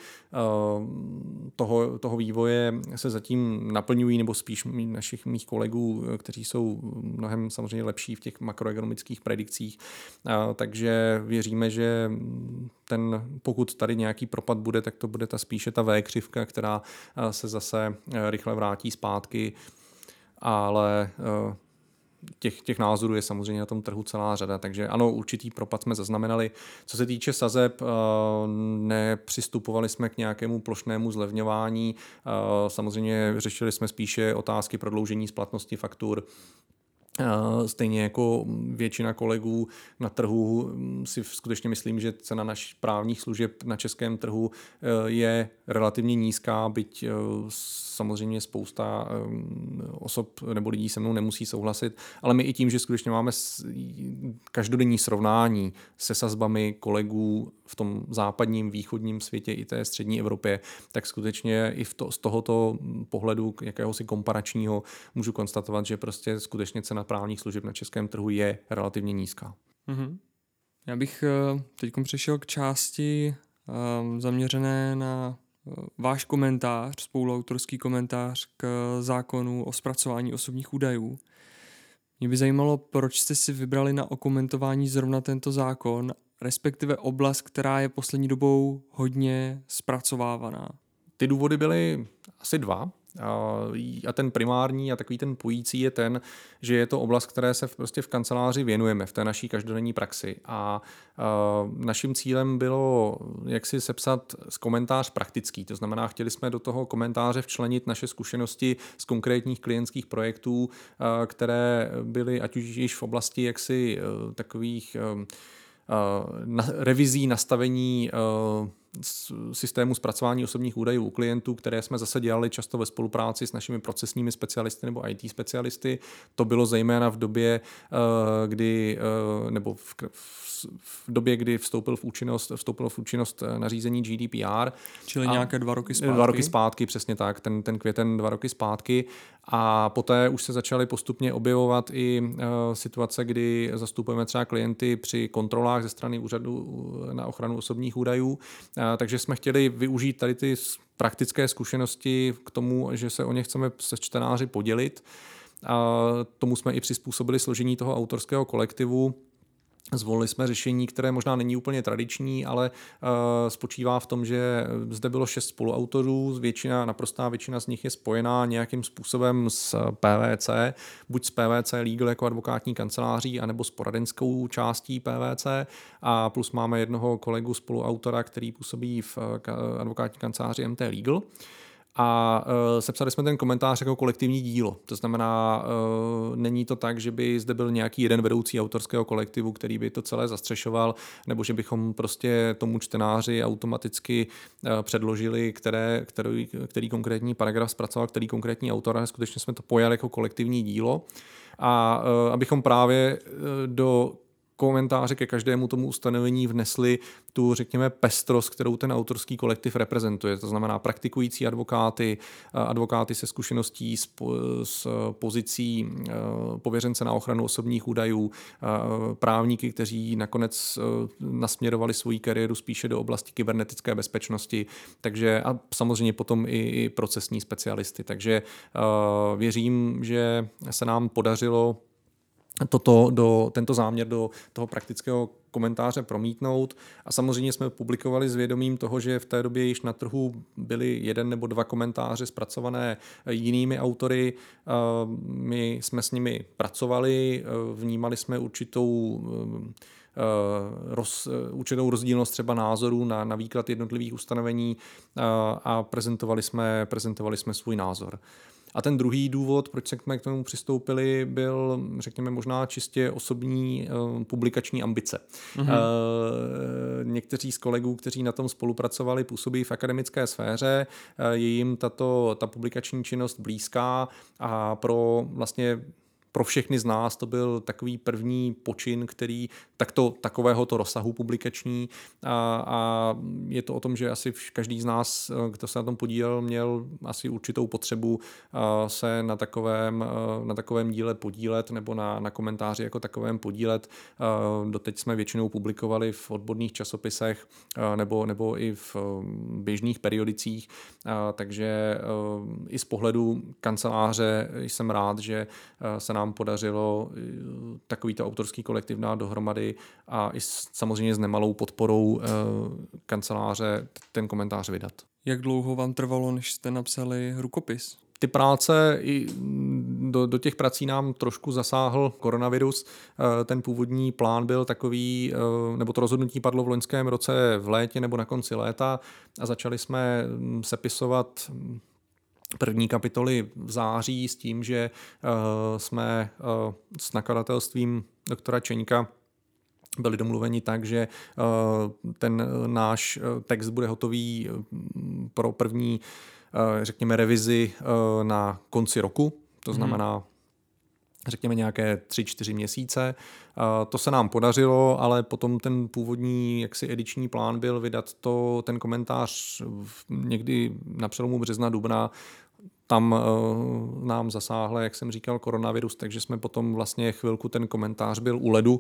toho vývoje se zatím naplňují, nebo spíš mých kolegů, kteří jsou mnohem samozřejmě lepší v těch makroekonomických predikcích. Takže věříme, že pokud tady nějaký propad bude, tak to bude spíše ta V-křivka, která se zase rychle vrátí zpátky, ale těch názorů je samozřejmě na tom trhu celá řada, takže ano, určitý propad jsme zaznamenali. Co se týče sazeb, nepřistupovali jsme k nějakému plošnému zlevňování, samozřejmě řešili jsme spíše otázky prodloužení splatnosti faktur. Stejně jako většina kolegů na trhu si skutečně myslím, že cena našich právních služeb na českém trhu je relativně nízká, byť samozřejmě spousta osob nebo lidí se mnou nemusí souhlasit, ale my i tím, že skutečně máme každodenní srovnání se sazbami kolegů v tom západním, východním světě i té střední Evropě, tak skutečně i z tohoto pohledu jakéhosi komparačního můžu konstatovat, že prostě skutečně cena právních služeb na českém trhu je relativně nízká. Mm-hmm. Já bych teď přešel k části zaměřené na váš komentář, spoluautorský komentář k zákonu o zpracování osobních údajů. Mě by zajímalo, proč jste si vybrali na okomentování zrovna tento zákon, respektive oblast, která je poslední dobou hodně zpracovávaná. Ty důvody byly asi dva. A ten primární a takový ten pojící je ten, že je to oblast, které se prostě v kanceláři věnujeme v té naší každodenní praxi. A naším cílem bylo jaksi sepsat komentář praktický. To znamená, chtěli jsme do toho komentáře včlenit naše zkušenosti z konkrétních klientských projektů, které byly ať už již v oblasti jaksi takových revizí nastavení systému zpracování osobních údajů u klientů, které jsme zase dělali často ve spolupráci s našimi procesními specialisty nebo IT specialisty. To bylo zejména v době, kdy vstoupilo v účinnost nařízení GDPR. Čili nějaké 2 roky zpátky. 2 roky zpátky, přesně tak, ten květen 2 roky zpátky. A poté už se začaly postupně objevovat i situace, kdy zastupujeme třeba klienty při kontrolách ze strany úřadu na ochranu osobních údajů. Takže jsme chtěli využít tady ty praktické zkušenosti k tomu, že se o ně chceme se čtenáři podělit. A tomu jsme i přizpůsobili složení toho autorského kolektivu. Zvolili jsme řešení, které možná není úplně tradiční, ale spočívá v tom, že zde bylo 6 spoluautorů, naprostá většina z nich je spojená nějakým způsobem s PwC, buď s PwC Legal jako advokátní kanceláří, anebo s poradenskou částí PwC, a plus máme jednoho kolegu spoluautora, který působí v advokátní kanceláři MT Legal. A sepsali jsme ten komentář jako kolektivní dílo. To znamená, není to tak, že by zde byl nějaký jeden vedoucí autorského kolektivu, který by to celé zastřešoval, nebo že bychom prostě tomu čtenáři automaticky předložili, který konkrétní paragraf zpracoval, který konkrétní autor, a skutečně jsme to pojali jako kolektivní dílo. A abychom právě do komentáře ke každému tomu ustanovení vnesli tu, řekněme, pestrost, kterou ten autorský kolektiv reprezentuje. To znamená praktikující advokáty se zkušeností s pozicí pověřence na ochranu osobních údajů, právníky, kteří nakonec nasměrovali svoji kariéru spíše do oblasti kybernetické bezpečnosti, takže a samozřejmě potom i procesní specialisty. Takže věřím, že se nám podařilo tento záměr do toho praktického komentáře promítnout, a samozřejmě jsme publikovali s vědomím toho, že v té době již na trhu byly 1 nebo 2 komentáře zpracované jinými autory. My jsme s nimi pracovali, vnímali jsme určitou rozdílnost třeba názorů na výklad jednotlivých ustanovení a prezentovali jsme svůj názor. A ten druhý důvod, proč jsme k tomu přistoupili, byl, řekněme, možná čistě osobní publikační ambice. Někteří z kolegů, kteří na tom spolupracovali, působí v akademické sféře, je jim ta publikační činnost blízká, a pro všechny z nás to byl takový první počin, který takovéhoto rozsahu publikační, a je to o tom, že asi každý z nás, kdo se na tom podílel, měl asi určitou potřebu se na takovém díle podílet, nebo na komentáři jako takovém podílet. Doteď jsme většinou publikovali v odborných časopisech nebo i v běžných periodicích, takže i z pohledu kanceláře jsem rád, že se nám podařilo takovýto autorský kolektiv dát dohromady, a i samozřejmě s nemalou podporou kanceláře ten komentář vydat. Jak dlouho vám trvalo, než jste napsali rukopis? Ty práce, do těch prací nám trošku zasáhl koronavirus. Ten původní plán byl takový, nebo to rozhodnutí padlo v loňském roce v létě nebo na konci léta, a začali jsme sepisovat první kapitoly v září s tím, že jsme s nakladatelstvím doktora Čeňka byli domluveni tak, že ten náš text bude hotový pro první, řekněme, revizi na konci roku. To znamená, řekněme, nějaké 3-4 měsíce. To se nám podařilo, ale potom ten původní ediční plán byl vydat ten komentář někdy na přelomu března, dubna. Tam nám zasáhl, jak jsem říkal, koronavirus, takže jsme potom vlastně chvilku ten komentář byl u ledu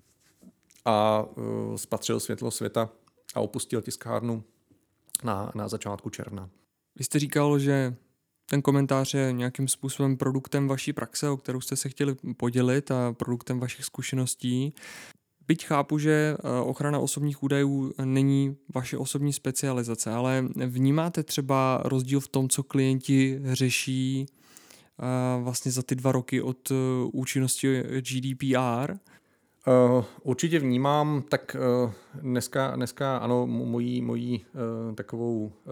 a spatřil světlo světa a opustil tiskárnu na začátku června. Vy jste říkal, že ten komentář je nějakým způsobem produktem vaší praxe, o kterou jste se chtěli podělit, a produktem vašich zkušeností. Byť chápu, že ochrana osobních údajů není vaše osobní specializace, ale vnímáte třeba rozdíl v tom, co klienti řeší vlastně za ty 2 roky od účinnosti GDPR? Určitě vnímám, tak dneska ano, mojí takovou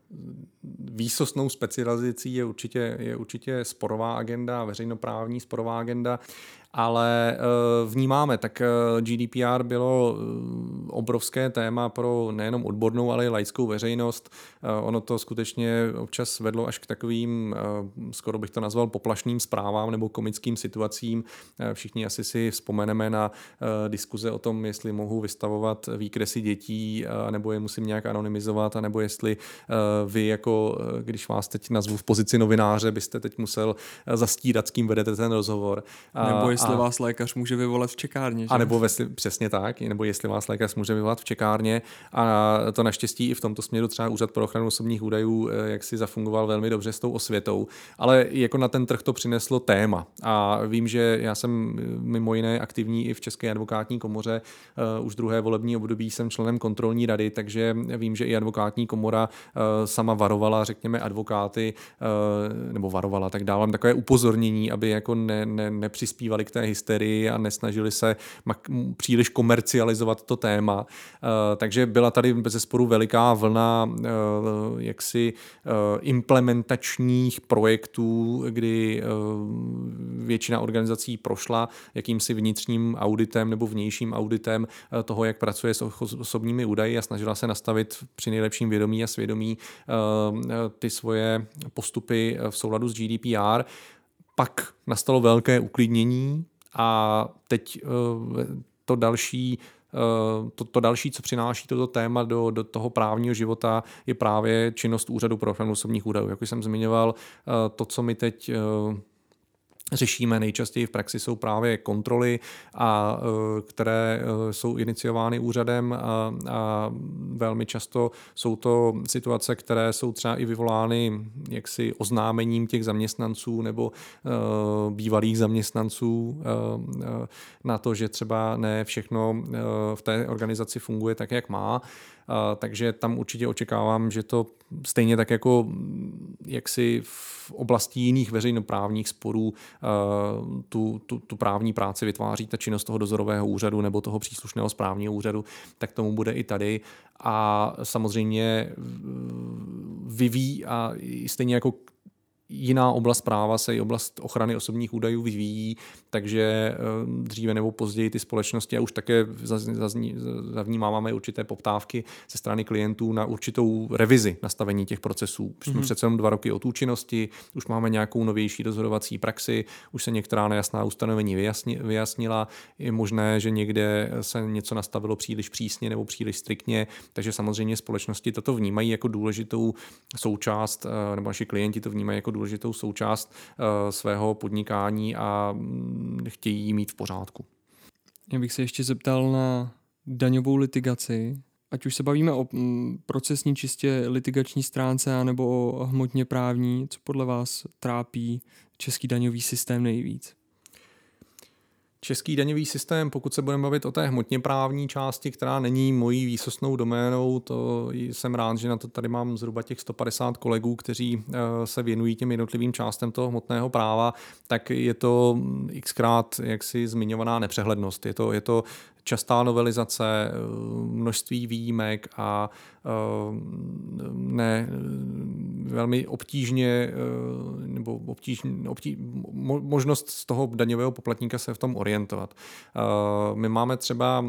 výsostnou specializací je určitě sporová agenda, veřejnoprávní sporová agenda, ale vnímáme, tak GDPR bylo obrovské téma pro nejenom odbornou, ale i laickou veřejnost. Ono to skutečně občas vedlo až k takovým, skoro bych to nazval poplašným zprávám nebo komickým situacím. Všichni asi si vzpomeneme na diskuze o tom, jestli mohu vystavovat výkresy dětí, nebo je musím nějak anonymizovat, anebo jestli vy jako, když vás teď nazvu v pozici novináře, byste teď musel zastírat, s kým vedete ten rozhovor. Nebo jestli vás lékař může vyvolat v čekárně. Že? A nebo přesně tak, nebo jestli vás lékař může vyvolat v čekárně. A to naštěstí i v tomto směru třeba Úřad pro ochranu osobních údajů jak si zafungoval velmi dobře s tou osvětou. Ale jako na ten trh to přineslo téma. A vím, že já jsem mimo jiné aktivní i v České advokátní komoře. Už druhé volební období jsem členem kontrolní rady, takže vím, že i advokátní komora sama varovala, řekněme, advokáty, nebo varovala, tak dávám takové upozornění, aby jako nepřispívali k té hysterii a nesnažili se příliš komercializovat to téma. Takže byla tady bezesporu veliká vlna jaksi implementačních projektů, kdy většina organizací prošla jakýmsi vnitřním auditem nebo vnějším auditem toho, jak pracuje s osobními údaji a snažila se nastavit při nejlepším vědomí a svědomí ty svoje postupy v souladu s GDPR. Pak nastalo velké uklidnění a teď to další, co přináší toto téma do toho právního života, je právě činnost Úřadu pro ochranu osobních údajů. Jak už jsem zmiňoval, to, co my teď řešíme nejčastěji v praxi, jsou právě kontroly, které jsou iniciovány úřadem a velmi často jsou to situace, které jsou třeba i vyvolány jaksi oznámením těch zaměstnanců nebo bývalých zaměstnanců na to, že třeba ne všechno v té organizaci funguje tak, jak má. Takže tam určitě očekávám, že to stejně tak jako jaksi v oblasti jiných veřejnoprávních sporů tu právní práci vytváří ta činnost toho dozorového úřadu nebo toho příslušného správního úřadu, tak tomu bude i tady. A samozřejmě vyvíjí a stejně jako jiná oblast práva se i oblast ochrany osobních údajů vyvíjí, takže dříve nebo později ty společnosti a už také zavnímáváme určité poptávky ze strany klientů na určitou revizi nastavení těch procesů. Už jsme přece 2 roky od účinnosti, už máme nějakou novější dozorovací praxi, už se některá nejasná ustanovení vyjasnila. Je možné, že někde se něco nastavilo příliš přísně nebo příliš striktně, takže samozřejmě společnosti toto vnímají jako důležitou součást, nebo naši klienti to vnímají jako důležitou součást svého podnikání a chtějí ji mít v pořádku. Já bych se ještě zeptal na daňovou litigaci. Ať už se bavíme o procesní čistě litigační stránce anebo o hmotně právní, co podle vás trápí český daňový systém nejvíc? Český daňový systém, pokud se budeme bavit o té hmotně právní části, která není mojí výsostnou doménou, to jsem rád, že na to tady mám zhruba těch 150 kolegů, kteří se věnují těm jednotlivým částem toho hmotného práva, tak je to xkrát jaksi zmiňovaná nepřehlednost. Je to častá novelizace, množství výjimek a velmi obtížně nebo možnost z toho daňového poplatníka se v tom orientovat. My máme třeba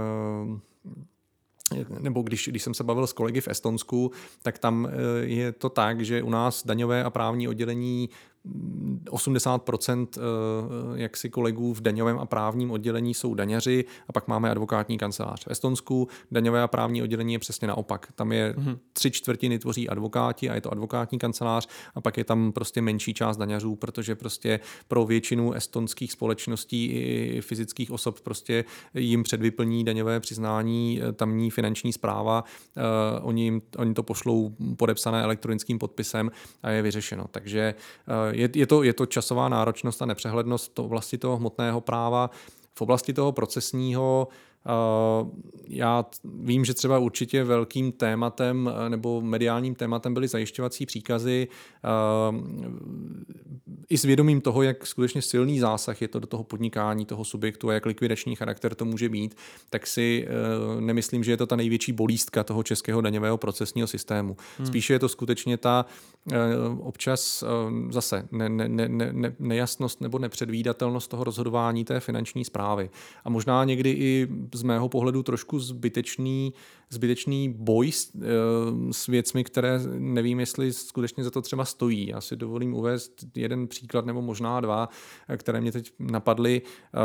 nebo když jsem se bavil s kolegy v Estonsku, tak tam je to tak, že u nás daňové a právní oddělení 80% jaksi kolegů v daňovém a právním oddělení jsou daňaři a pak máme advokátní kancelář. V Estonsku daňové a právní oddělení je přesně naopak. Tam je 3/4 tvoří advokáti a je to advokátní kancelář a pak je tam prostě menší část daňařů, protože prostě pro většinu estonských společností i fyzických osob prostě jim předvyplní daňové přiznání tamní finanční správa, oni to pošlou podepsané elektronickým podpisem a je vyřešeno. Takže je to časová náročnost a nepřehlednost v oblasti toho hmotného práva. V oblasti toho procesního já vím, že třeba určitě velkým tématem nebo mediálním tématem byly zajišťovací příkazy. i s vědomím toho, jak skutečně silný zásah je to do toho podnikání toho subjektu a jak likvidační charakter to může mít, tak si nemyslím, že je to ta největší bolístka toho českého daňového procesního systému. Spíše je to skutečně ta občas zase nejasnost nebo nepředvídatelnost toho rozhodování té finanční správy. A možná někdy i z mého pohledu trošku zbytečný boj s věcmi, které nevím, jestli skutečně za to třeba stojí. Já si dovolím uvést jeden příklad nebo možná dva, které mě teď napadly.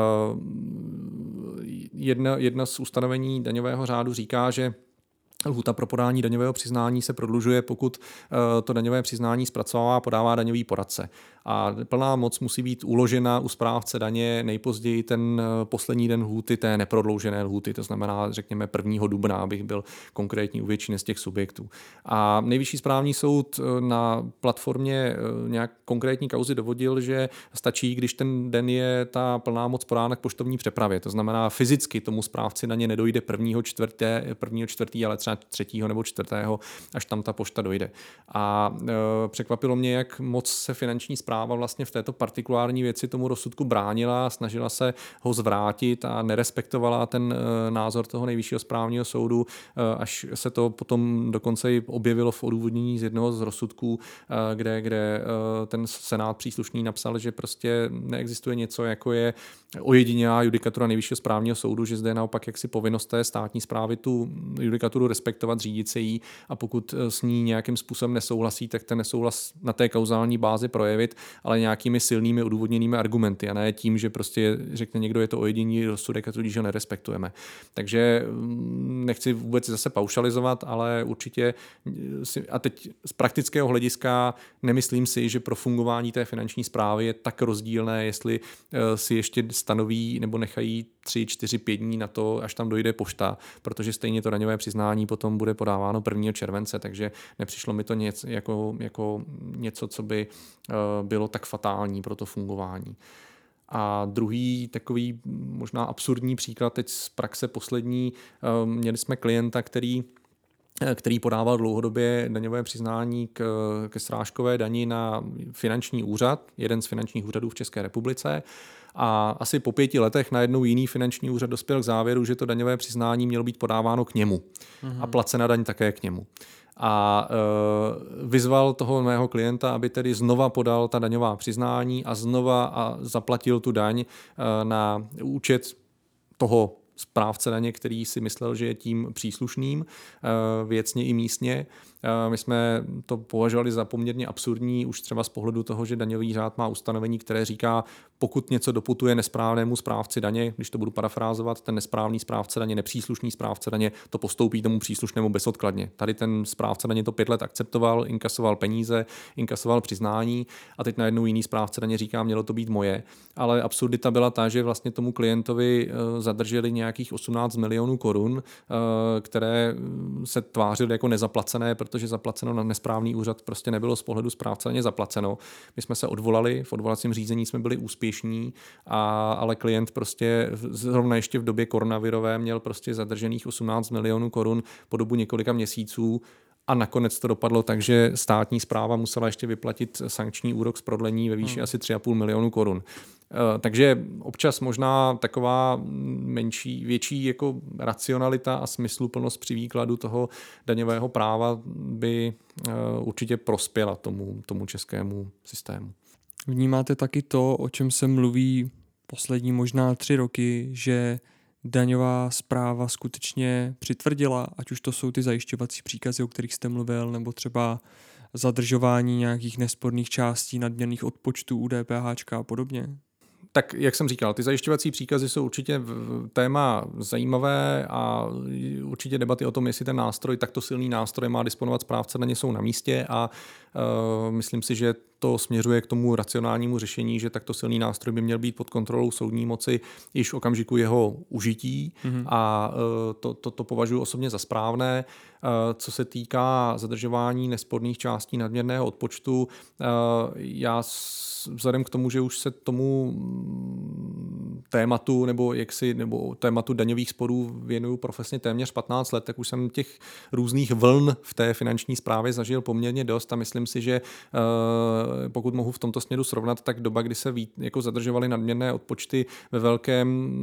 Jedna z ustanovení daňového řádu říká, že lhůta pro podání daňového přiznání se prodlužuje, pokud to daňové přiznání zpracovává a podává daňový poradce. A plná moc musí být uložena u správce daně nejpozději ten poslední den lhůty té neprodloužené lhůty, to znamená, řekněme 1. dubna, abych byl konkrétní u většiny z těch subjektů. A Nejvyšší správní soud na platformě nějak konkrétní kauzy dovodil, že stačí, když ten den je ta plná moc podána k poštovní přepravě. To znamená, fyzicky tomu správci daně nedojde 1.4., ale třeba 3. nebo 4., až tam ta pošta dojde. A překvapilo mě, jak moc se finanční správa vlastně v této partikulární věci tomu rozsudku bránila, snažila se ho zvrátit a nerespektovala ten názor toho Nejvyššího správního soudu, až se to potom dokonce i objevilo v odůvodnění z jednoho z rozsudků, kde ten senát příslušný napsal, že prostě neexistuje něco, jako je ojedinělá judikatura Nejvyššího správního soudu, že zde je naopak jaksi povinnost té státní správy tu judikaturu respektovat, řídit se jí, a pokud s ní nějakým způsobem nesouhlasí, tak ten nesouhlas na té kauzální bázi projevit, ale nějakými silnými odůvodněnými argumenty, a ne tím, že prostě řekne někdo, je to ojedinělý rozsudek a tudíž ho nerespektujeme. Takže nechci vůbec zase paušalizovat, ale určitě a teď z praktického hlediska nemyslím si, že pro fungování té finanční správy je tak rozdílné, jestli si ještě stanoví nebo nechají 3, 4, 5 dní na to, až tam dojde pošta, protože stejně to daňové přiznání potom bude podáváno 1. července, takže nepřišlo mi to jako něco, co by bylo tak fatální pro to fungování. A druhý takový možná absurdní příklad teď z praxe poslední, měli jsme klienta, který podával dlouhodobě daňové přiznání ke srážkové dani na finanční úřad, jeden z finančních úřadů v České republice. A asi po 5 letech najednou jiný finanční úřad dospěl k závěru, že to daňové přiznání mělo být podáváno k němu a placena daň také k němu. A vyzval toho mého klienta, aby tedy znova podal ta daňová přiznání a znova zaplatil tu daň na účet toho správce daně, který si myslel, že je tím příslušným věcně i místně. My jsme to považovali za poměrně absurdní už třeba z pohledu toho, že daňový řád má ustanovení, které říká, pokud něco doputuje nesprávnému správci daně, když to budu parafrázovat, ten nesprávný správce daně, nepříslušný správce daně to postoupí tomu příslušnému bezodkladně. Tady ten správce daně to 5 let akceptoval, inkasoval peníze, inkasoval přiznání a teď najednou jiný správce daně říká, mělo to být moje. Ale absurdita byla ta, že vlastně tomu klientovi zadrželi nějakých 18 milionů korun, které se tvářily jako nezaplacené, protože zaplaceno na nesprávný úřad prostě nebylo z pohledu správce daně zaplaceno. My jsme se odvolali, v odvolacím řízení jsme byli úspěšní, ale klient prostě zrovna ještě v době koronavirové měl prostě zadržených 18 milionů korun po dobu několika měsíců. A nakonec to dopadlo tak, že státní správa musela ještě vyplatit sankční úrok z prodlení ve výši asi 3,5 milionu korun. Takže občas možná taková větší jako racionalita a smysluplnost při výkladu toho daňového práva by určitě prospěla tomu českému systému. Vnímáte taky to, o čem se mluví poslední možná 3 roky, že daňová správa skutečně přitvrdila, ať už to jsou ty zajišťovací příkazy, o kterých jste mluvil, nebo třeba zadržování nějakých nesporných částí nadměrných odpočtů u DPH a podobně? Tak, jak jsem říkal, ty zajišťovací příkazy jsou určitě téma zajímavé a určitě debaty o tom, jestli ten nástroj, takto silný nástroj má disponovat správce daně, jsou na místě a myslím si, že to směřuje k tomu racionálnímu řešení, že takto silný nástroj by měl být pod kontrolou soudní moci již v okamžiku jeho užití a to považuji osobně za správné. Co se týká zadržování nesporných částí nadměrného odpočtu, já vzhledem k tomu, že už se tématu nebo tématu daňových sporů věnuju profesně téměř 15 let, tak už jsem těch různých vln v té finanční správě zažil poměrně dost a myslím si, že pokud mohu v tomto směru srovnat, tak doba, kdy se jako zadržovaly nadměrné odpočty ve velkém,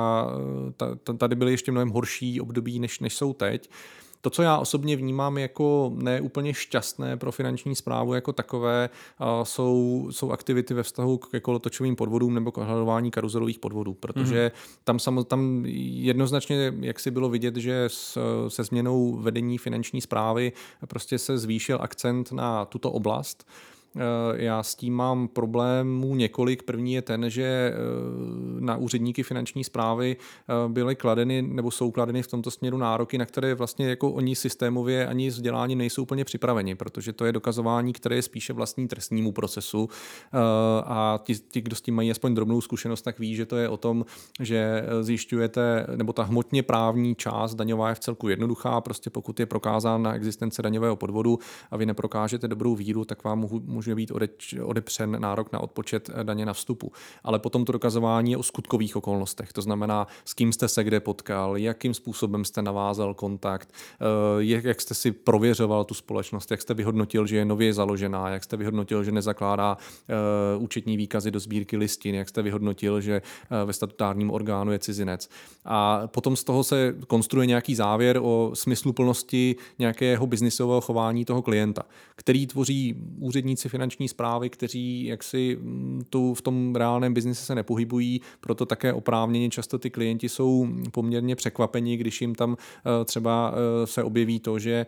tady byly ještě mnohem horší období, než jsou teď. To, co já osobně vnímám jako neúplně šťastné pro finanční správu jako takové, jsou aktivity ve vztahu ke kolotočovým podvodům nebo k odhalování karuzelových podvodů, protože tam jednoznačně, jak si bylo vidět, že se změnou vedení finanční správy prostě se zvýšil akcent na tuto oblast. Já s tím mám problémů několik. První je ten, že na úředníky finanční správy byly kladeny nebo jsou kladeny v tomto směru nároky, na které vlastně jako oni systémově ani vzdělání nejsou úplně připraveni, protože to je dokazování, které je spíše vlastní trestnímu procesu a ti, kdo s tím mají aspoň drobnou zkušenost, tak ví, že to je o tom, že zjišťujete, nebo ta hmotně právní část daňová je vcelku jednoduchá, prostě pokud je prokázána existence daňového podvodu a vy neprokážete dobrou víru, tak vám může být odepřen nárok na odpočet daně na vstupu. Ale potom to dokazování je o skutkových okolnostech. To znamená, s kým jste se kde potkal, jakým způsobem jste navázal kontakt, jak jste si prověřoval tu společnost, jak jste vyhodnotil, že je nově založená, jak jste vyhodnotil, že nezakládá účetní výkazy do sbírky listin, jak jste vyhodnotil, že ve statutárním orgánu je cizinec. A potom z toho se konstruuje nějaký závěr o smysluplnosti nějakého biznisového chování toho klienta, který tvoří úředníci finanční správy, kteří jaksi v tom reálném biznise se nepohybují, proto také oprávněně často ty klienti jsou poměrně překvapeni, když jim tam třeba se objeví to, že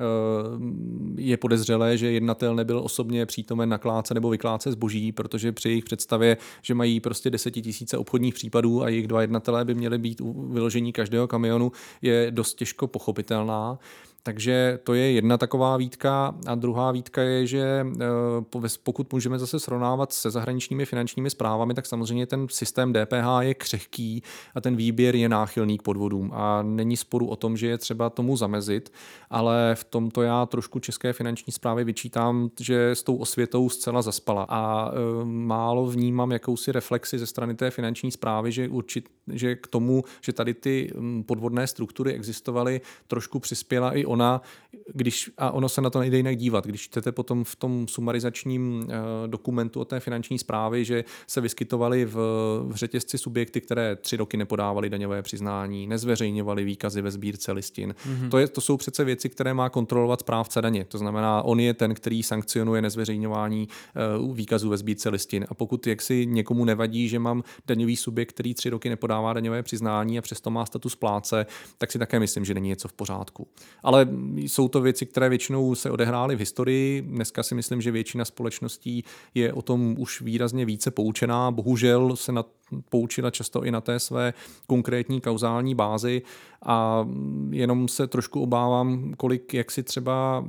je podezřelé, že jednatel nebyl osobně přítomen nakládce nebo vykládce zboží, protože při jejich představě, že mají prostě 10 000 obchodních případů a jejich 2 jednatelé by měli být u vyložení každého kamionu, je dost těžko pochopitelná. Takže to je jedna taková výtka a druhá výtka je, že pokud můžeme zase srovnávat se zahraničními finančními správami, tak samozřejmě ten systém DPH je křehký a ten výběr je náchylný k podvodům a není sporu o tom, že je třeba tomu zamezit, ale v tomto já trošku české finanční správy vyčítám, že s tou osvětou zcela zaspala a málo vnímám jakousi reflexi ze strany té finanční správy, že k tomu, že tady ty podvodné struktury existovaly, trošku přispěla i ona, a ono se na to nejde jinak dívat. Když čtete potom v tom sumarizačním dokumentu o té finanční správy, že se vyskytovaly v řetězci subjekty, které 3 roky nepodávaly daňové přiznání, nezveřejňovaly výkazy ve sbírce listin. To jsou přece věci, které má kontrolovat správce daně. To znamená, on je ten, který sankcionuje nezveřejňování výkazů ve sbírce listin. A pokud jaksi někomu nevadí, že mám daňový subjekt, který 3 roky nepodává daňové přiznání a přesto má status plátce, tak si také myslím, že není něco v pořádku. Ale jsou to věci, které většinou se odehrály v historii. Dneska si myslím, že většina společností je o tom už výrazně více poučená. Bohužel se poučila často i na té své konkrétní kauzální bázi a jenom se trošku obávám, kolik jaksi třeba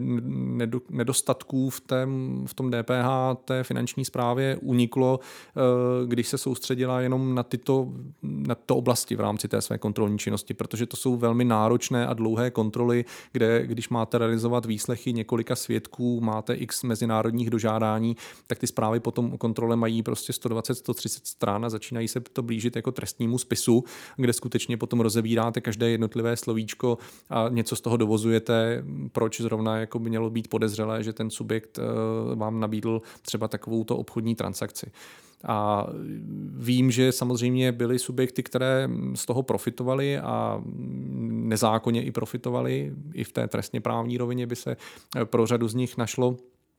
nedostatků v tom DPH té finanční správě uniklo, když se soustředila jenom na tyto oblasti v rámci té své kontrolní činnosti, protože to jsou velmi náročné a dlouhé kontroly, kde když máte realizovat výslechy několika svědků, máte x mezinárodních dožádání, tak ty zprávy potom o kontrole mají prostě 120-130 stran a začínají se to blížit jako trestnímu spisu, kde skutečně potom rozebíráte každé jednotlivé slovíčko a něco z toho dovozujete, proč zrovna jako by mělo být podezřelé, že ten subjekt vám nabídl třeba takovouto obchodní transakci. A vím, že samozřejmě byly subjekty, které z toho profitovaly a nezákonně i profitovaly. I v té trestně právní rovině by se pro řadu z nich našlo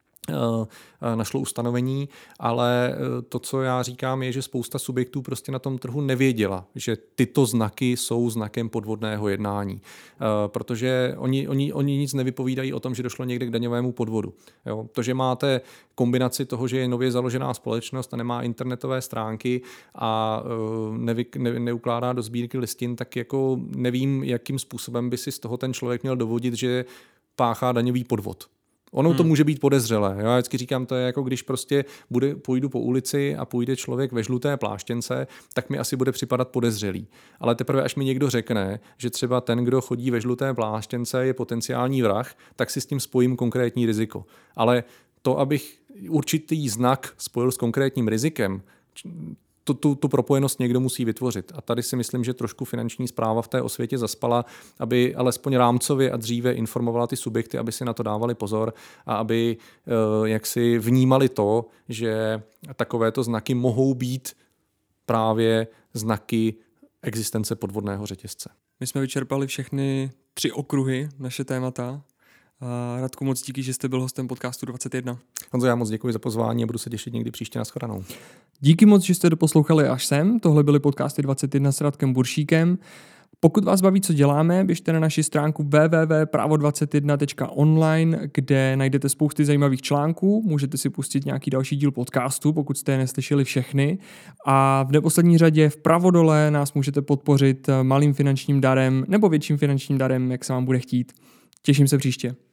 ustanovení, ale to, co já říkám, je, že spousta subjektů prostě na tom trhu nevěděla, že tyto znaky jsou znakem podvodného jednání, protože oni nic nevypovídají o tom, že došlo někde k daňovému podvodu. Jo? To, že máte kombinaci toho, že je nově založená společnost a nemá internetové stránky a neukládá do sbírky listin, tak jako nevím, jakým způsobem by si z toho ten člověk měl dovodit, že páchá daňový podvod. Ono to může být podezřelé. Já vždycky říkám, to je jako když prostě půjdu po ulici a půjde člověk ve žluté pláštěnce, tak mi asi bude připadat podezřelý. Ale teprve, až mi někdo řekne, že třeba ten, kdo chodí ve žluté pláštěnce, je potenciální vrah, tak si s tím spojím konkrétní riziko. Ale to, abych určitý znak spojil s konkrétním rizikem, tu propojenost někdo musí vytvořit. A tady si myslím, že trošku finanční správa v té osvětě zaspala, aby alespoň rámcově a dříve informovala ty subjekty, aby si na to dávali pozor a aby jaksi vnímali to, že takovéto znaky mohou být právě znaky existence podvodného řetězce. My jsme vyčerpali všechny 3 okruhy, naše témata. Radku, moc díky, že jste byl hostem podcastu 21. Honzo, já moc děkuji za pozvání a budu se těšit někdy příště na shledanou. Díky moc, že jste doposlouchali až sem. Tohle byly podcasty 21 s Radkem Buršíkem. Pokud vás baví, co děláme, běžte na naši stránku www.pravo21.online, kde najdete spousty zajímavých článků, můžete si pustit nějaký další díl podcastu, pokud jste je neslyšeli všechny. A v neposlední řadě vpravo dole nás můžete podpořit malým finančním darem nebo větším finančním darem, jak se vám bude chtít. Těším se příště.